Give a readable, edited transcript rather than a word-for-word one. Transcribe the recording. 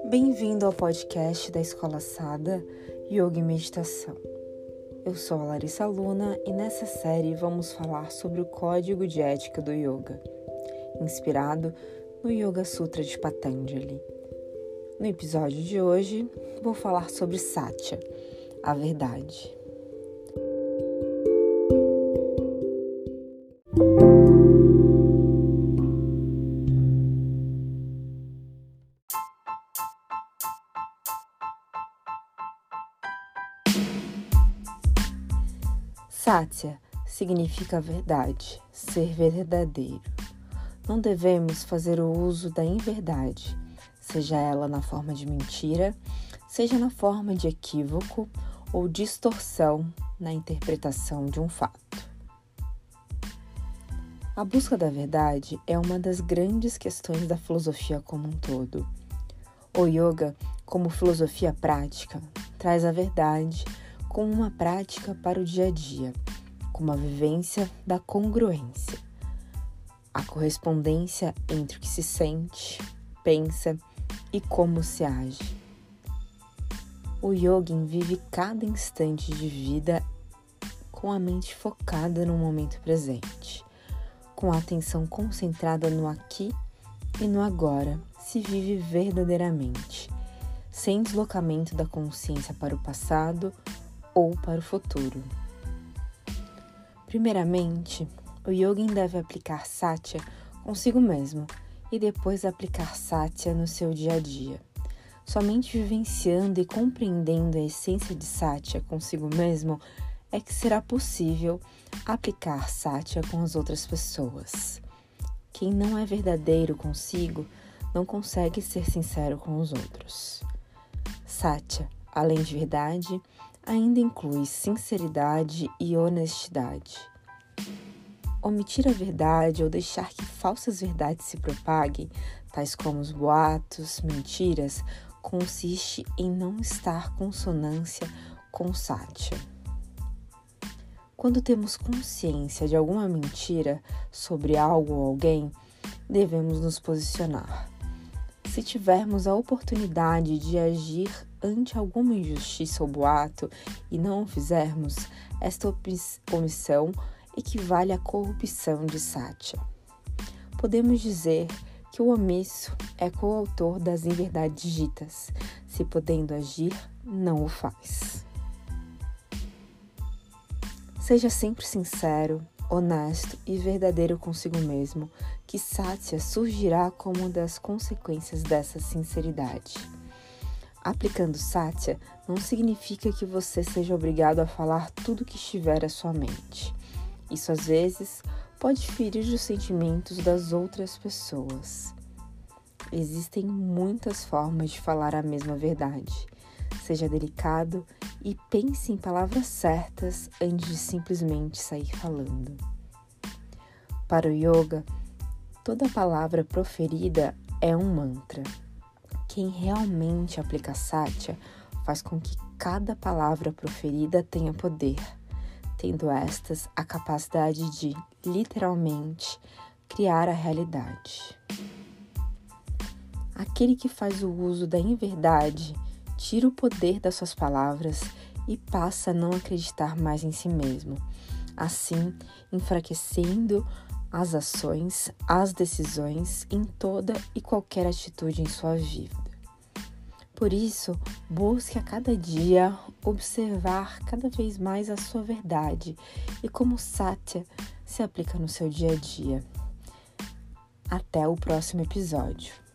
Bem-vindo ao podcast da Escola Sada, Yoga e Meditação. Eu sou a Larissa Luna e nessa série vamos falar sobre o Código de Ética do Yoga, inspirado no Yoga Sutra de Patanjali. No episódio de hoje, vou falar sobre Satya, a verdade. Satya significa verdade, ser verdadeiro. Não devemos fazer o uso da inverdade, seja ela na forma de mentira, seja na forma de equívoco ou distorção na interpretação de um fato. A busca da verdade é uma das grandes questões da filosofia como um todo. O yoga, como filosofia prática, traz a verdade como uma prática para o dia a dia, como a vivência da congruência, a correspondência entre o que se sente, pensa e como se age. O yogin vive cada instante de vida com a mente focada no momento presente, com a atenção concentrada no aqui e no agora, se vive verdadeiramente, sem deslocamento da consciência para o passado ou para o futuro. Primeiramente, o yogin deve aplicar Satya consigo mesmo e depois aplicar Satya no seu dia a dia. Somente vivenciando e compreendendo a essência de Satya consigo mesmo é que será possível aplicar Satya com as outras pessoas. Quem não é verdadeiro consigo não consegue ser sincero com os outros. Satya, além de verdade, ainda inclui sinceridade e honestidade. Omitir a verdade ou deixar que falsas verdades se propaguem, tais como os boatos, mentiras, consiste em não estar consonância com Satya. Quando temos consciência de alguma mentira sobre algo ou alguém, devemos nos posicionar. Se tivermos a oportunidade de agir ante alguma injustiça ou boato e não o fizermos, esta omissão equivale à corrupção de Satya. Podemos dizer que o omisso é coautor das inverdades ditas, se podendo agir, não o faz. Seja sempre sincero, honesto e verdadeiro consigo mesmo, que Satya surgirá como uma das consequências dessa sinceridade. Aplicando Satya não significa que você seja obrigado a falar tudo que estiver à sua mente. Isso, às vezes, pode ferir os sentimentos das outras pessoas. Existem muitas formas de falar a mesma verdade. Seja delicado e pense em palavras certas antes de simplesmente sair falando. Para o yoga, toda palavra proferida é um mantra. Quem realmente aplica Satya faz com que cada palavra proferida tenha poder, tendo estas a capacidade de, literalmente, criar a realidade. Aquele que faz o uso da inverdade tira o poder das suas palavras e passa a não acreditar mais em si mesmo, assim enfraquecendo as ações, as decisões em toda e qualquer atitude em sua vida. Por isso, busque a cada dia observar cada vez mais a sua verdade e como Satya se aplica no seu dia a dia. Até o próximo episódio.